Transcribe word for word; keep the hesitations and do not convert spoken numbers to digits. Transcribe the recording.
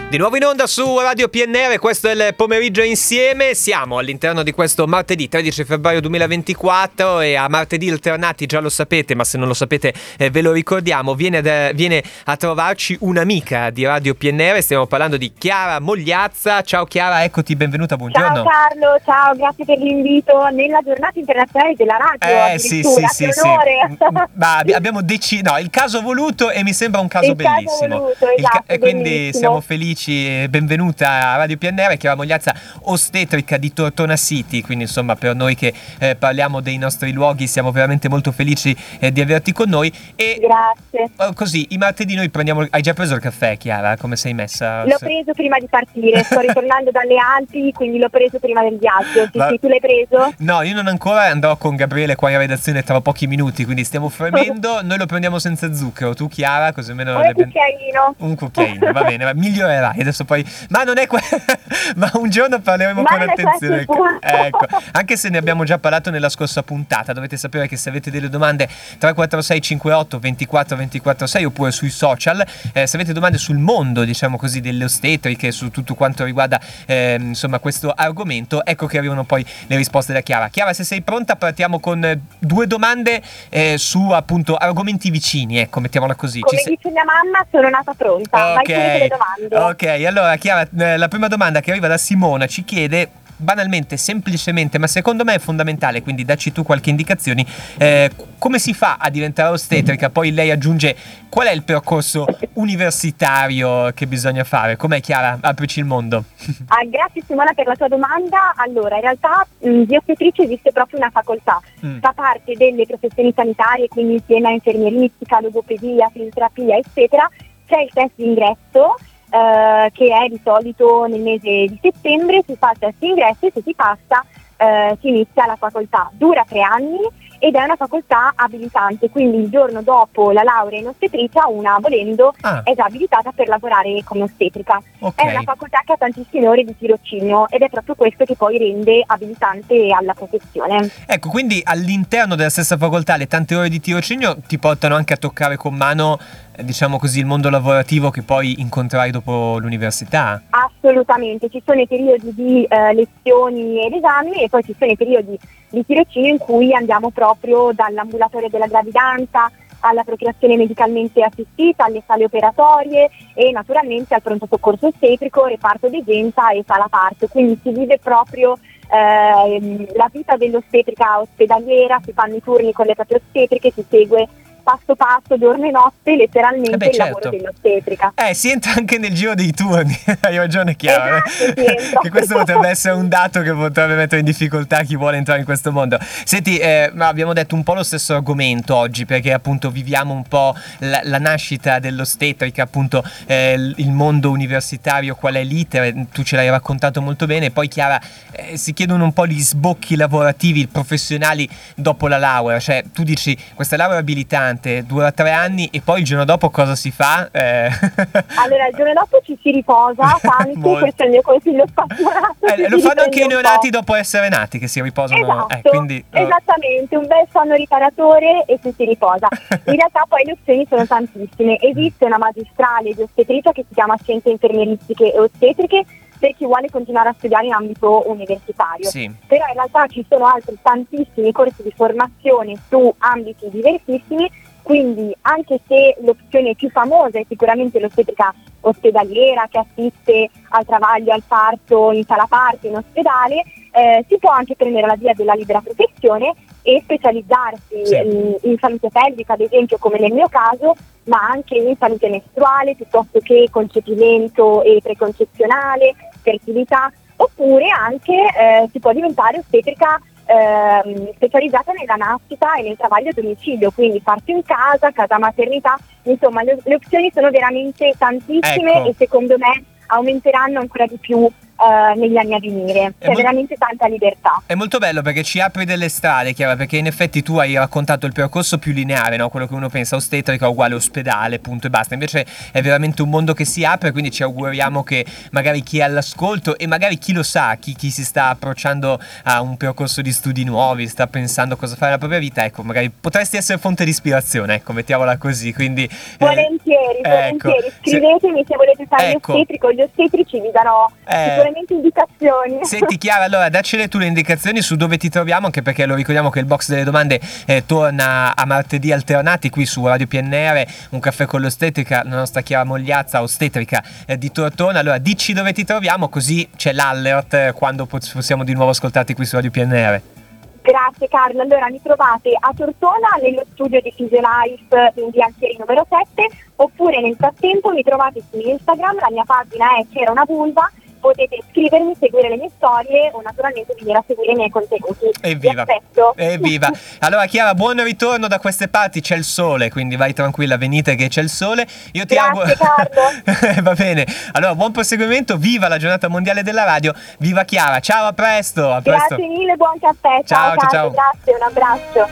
Di nuovo in onda su Radio P N R, questo è il pomeriggio insieme. Siamo all'interno di questo martedì tredici febbraio duemilaventiquattro e a martedì alternati, già lo sapete, ma se non lo sapete eh, ve lo ricordiamo, viene, da, viene a trovarci un'amica di Radio P N R. Stiamo parlando di Chiara Mogliazza. Ciao Chiara, eccoti, benvenuta, buongiorno. Ciao Carlo, ciao, grazie per l'invito nella giornata internazionale della radio. Eh sì sì sì, sì. Ma abbiamo deciso, no, il caso voluto e mi sembra un caso il bellissimo. Caso voluto, esatto, ca- e quindi bellissimo. siamo felici. Benvenuta a Radio P N R, Chiara Mogliazza, ostetrica di Tortona City, quindi insomma per noi che eh, parliamo dei nostri luoghi siamo veramente molto felici eh, di averti con noi. E grazie. Oh, così i martedì noi prendiamo. Hai già preso il caffè, Chiara? Come sei messa? L'ho preso prima di partire, sto ritornando dalle Alpi, quindi l'ho preso prima del viaggio. Sì, Ma... sì, tu l'hai preso? No, io non ancora, andrò con Gabriele qua in redazione tra pochi minuti, quindi stiamo fremendo. Noi lo prendiamo senza zucchero, tu Chiara così almeno un cucchiaino. Un cucchiaino, va bene, ma migliorerai adesso poi. Ma non è que- ma un giorno parleremo ma con attenzione. Ecco, ecco, anche se ne abbiamo già parlato nella scorsa puntata, dovete sapere che se avete delle domande tre quattro sei cinquantotto ventiquattro ventiquattro sei oppure sui social, eh, se avete domande sul mondo, diciamo così, delle ostetriche, su tutto quanto riguarda eh, insomma questo argomento, ecco che arrivano poi le risposte da Chiara. Chiara, se sei pronta partiamo con eh, due domande eh, su appunto argomenti vicini, ecco, mettiamola così. Come Ci dice mia mamma, sono nata pronta. Vai pure con le domande. Ok, allora Chiara, eh, la prima domanda che arriva da Simona ci chiede banalmente, semplicemente, ma secondo me è fondamentale, quindi dacci tu qualche indicazione, eh, come si fa a diventare ostetrica? Poi lei aggiunge qual è il percorso universitario che bisogna fare. Com'è, Chiara? Aprici il mondo. Ah, grazie Simona per la tua domanda. Allora, in realtà mh, di ostetricia esiste proprio una facoltà, mm. fa parte delle professioni sanitarie, quindi insieme a infermieristica, logopedia, fisioterapia, eccetera. C'è il test d'ingresso, Uh, che è di solito nel mese di settembre, si fa il test d'ingresso e se si passa uh, si inizia la facoltà. Dura tre anni ed è una facoltà abilitante, quindi il giorno dopo la laurea in ostetricia una, volendo, ah. è già abilitata per lavorare come ostetrica. Okay. È una facoltà che ha tantissime ore di tirocinio ed è proprio questo che poi rende abilitante alla professione. Ecco, quindi all'interno della stessa facoltà le tante ore di tirocinio ti portano anche a toccare con mano, diciamo così, il mondo lavorativo che poi incontrai dopo l'università? Assolutamente, ci sono i periodi di eh, lezioni ed esami e poi ci sono i periodi di tirocinio in cui andiamo proprio dall'ambulatorio della gravidanza alla procreazione medicalmente assistita, alle sale operatorie e naturalmente al pronto soccorso ostetrico, reparto degenza e sala parto, quindi si vive proprio eh, la vita dell'ostetrica ospedaliera, si fanno i turni con le proprie ostetriche, si segue passo passo, giorno e notte, letteralmente eh beh, il certo. lavoro dell'ostetrica. Eh, si entra anche nel giro dei turni, hai ragione Chiara, esatto, eh? Che questo potrebbe essere un dato che potrebbe mettere in difficoltà chi vuole entrare in questo mondo. Senti, eh, abbiamo detto un po' lo stesso argomento oggi, perché appunto viviamo un po' la, la nascita dell'ostetrica, appunto eh, il mondo universitario, qual è l'iter, tu ce l'hai raccontato molto bene, poi Chiara, eh, si chiedono un po' gli sbocchi lavorativi, professionali dopo la laurea, cioè tu dici questa laurea abilitante dura tre anni e poi il giorno dopo cosa si fa? Eh. Allora il giorno dopo ci si riposa tanto, questo è il mio consiglio spassionato. Eh, lo fanno anche i neonati dopo essere nati, che si riposano. Esatto, eh, quindi, oh. esattamente, un bel sonno riparatore e ci si riposa. In realtà poi le opzioni sono tantissime, esiste una magistrale di ostetricia che si chiama Scienze Infermieristiche e Ostetriche per chi vuole continuare a studiare in ambito universitario, sì. Però in realtà ci sono altri tantissimi corsi di formazione su ambiti diversissimi, quindi anche se l'opzione più famosa è sicuramente l'ostetrica ospedaliera che assiste al travaglio, al parto in sala parto, in ospedale, eh, si può anche prendere la via della libera professione e specializzarsi sì. in, in salute pelvica, ad esempio come nel mio caso, ma anche in salute mestruale piuttosto che concepimento e preconcezionale, fertilità, oppure anche eh, si può diventare ostetrica eh, specializzata nella nascita e nel travaglio a domicilio, quindi parto in casa, casa maternità, insomma le, le opzioni sono veramente tantissime, ecco. E secondo me aumenteranno ancora di più eh, negli anni a venire. C'è mol- veramente tanta libertà. È molto bello perché ci apri delle strade, Chiara, perché in effetti tu hai raccontato il percorso più lineare, no? Quello che uno pensa ostetrica uguale ospedale, punto e basta. Invece è veramente un mondo che si apre, quindi ci auguriamo che magari chi è all'ascolto e magari chi lo sa, chi, chi si sta approcciando a un percorso di studi nuovi, sta pensando cosa fare nella propria vita, ecco, magari potresti essere fonte di ispirazione, ecco, mettiamola così. Quindi eh, Volentieri, ecco, volentieri. se- Scrivetemi se volete fare ecco. l'ostetrico, gli ostetrici vi darò Eh. sicuramente indicazioni. Senti Chiara, allora daccene tu le indicazioni su dove ti troviamo, anche perché lo ricordiamo che il box delle domande eh, torna a martedì alternati qui su Radio P N R, un caffè con l'ostetrica, la nostra Chiara Mogliazza, ostetrica eh, di Tortona. Allora dici dove ti troviamo, così c'è l'alert eh, quando poss- possiamo di nuovo ascoltarti qui su Radio P N R. Grazie Carlo, allora mi trovate a Tortona nello studio di Physiolife in via Alfieri numero sette, oppure nel frattempo mi trovate su Instagram, la mia pagina è C'era una vulva, potete scrivermi, seguire le mie storie o naturalmente venire a seguire i miei contenuti. Evviva! Vi aspetto. Evviva! Allora Chiara, buon ritorno da queste parti, c'è il sole, quindi vai tranquilla, venite che c'è il sole. Io ti Grazie, auguro... Va bene, allora buon proseguimento, viva la giornata mondiale della radio, viva Chiara, ciao, a presto! A presto. Grazie mille, buon caffè, Ciao, ciao, ciao, ciao. Carlo, grazie, un abbraccio.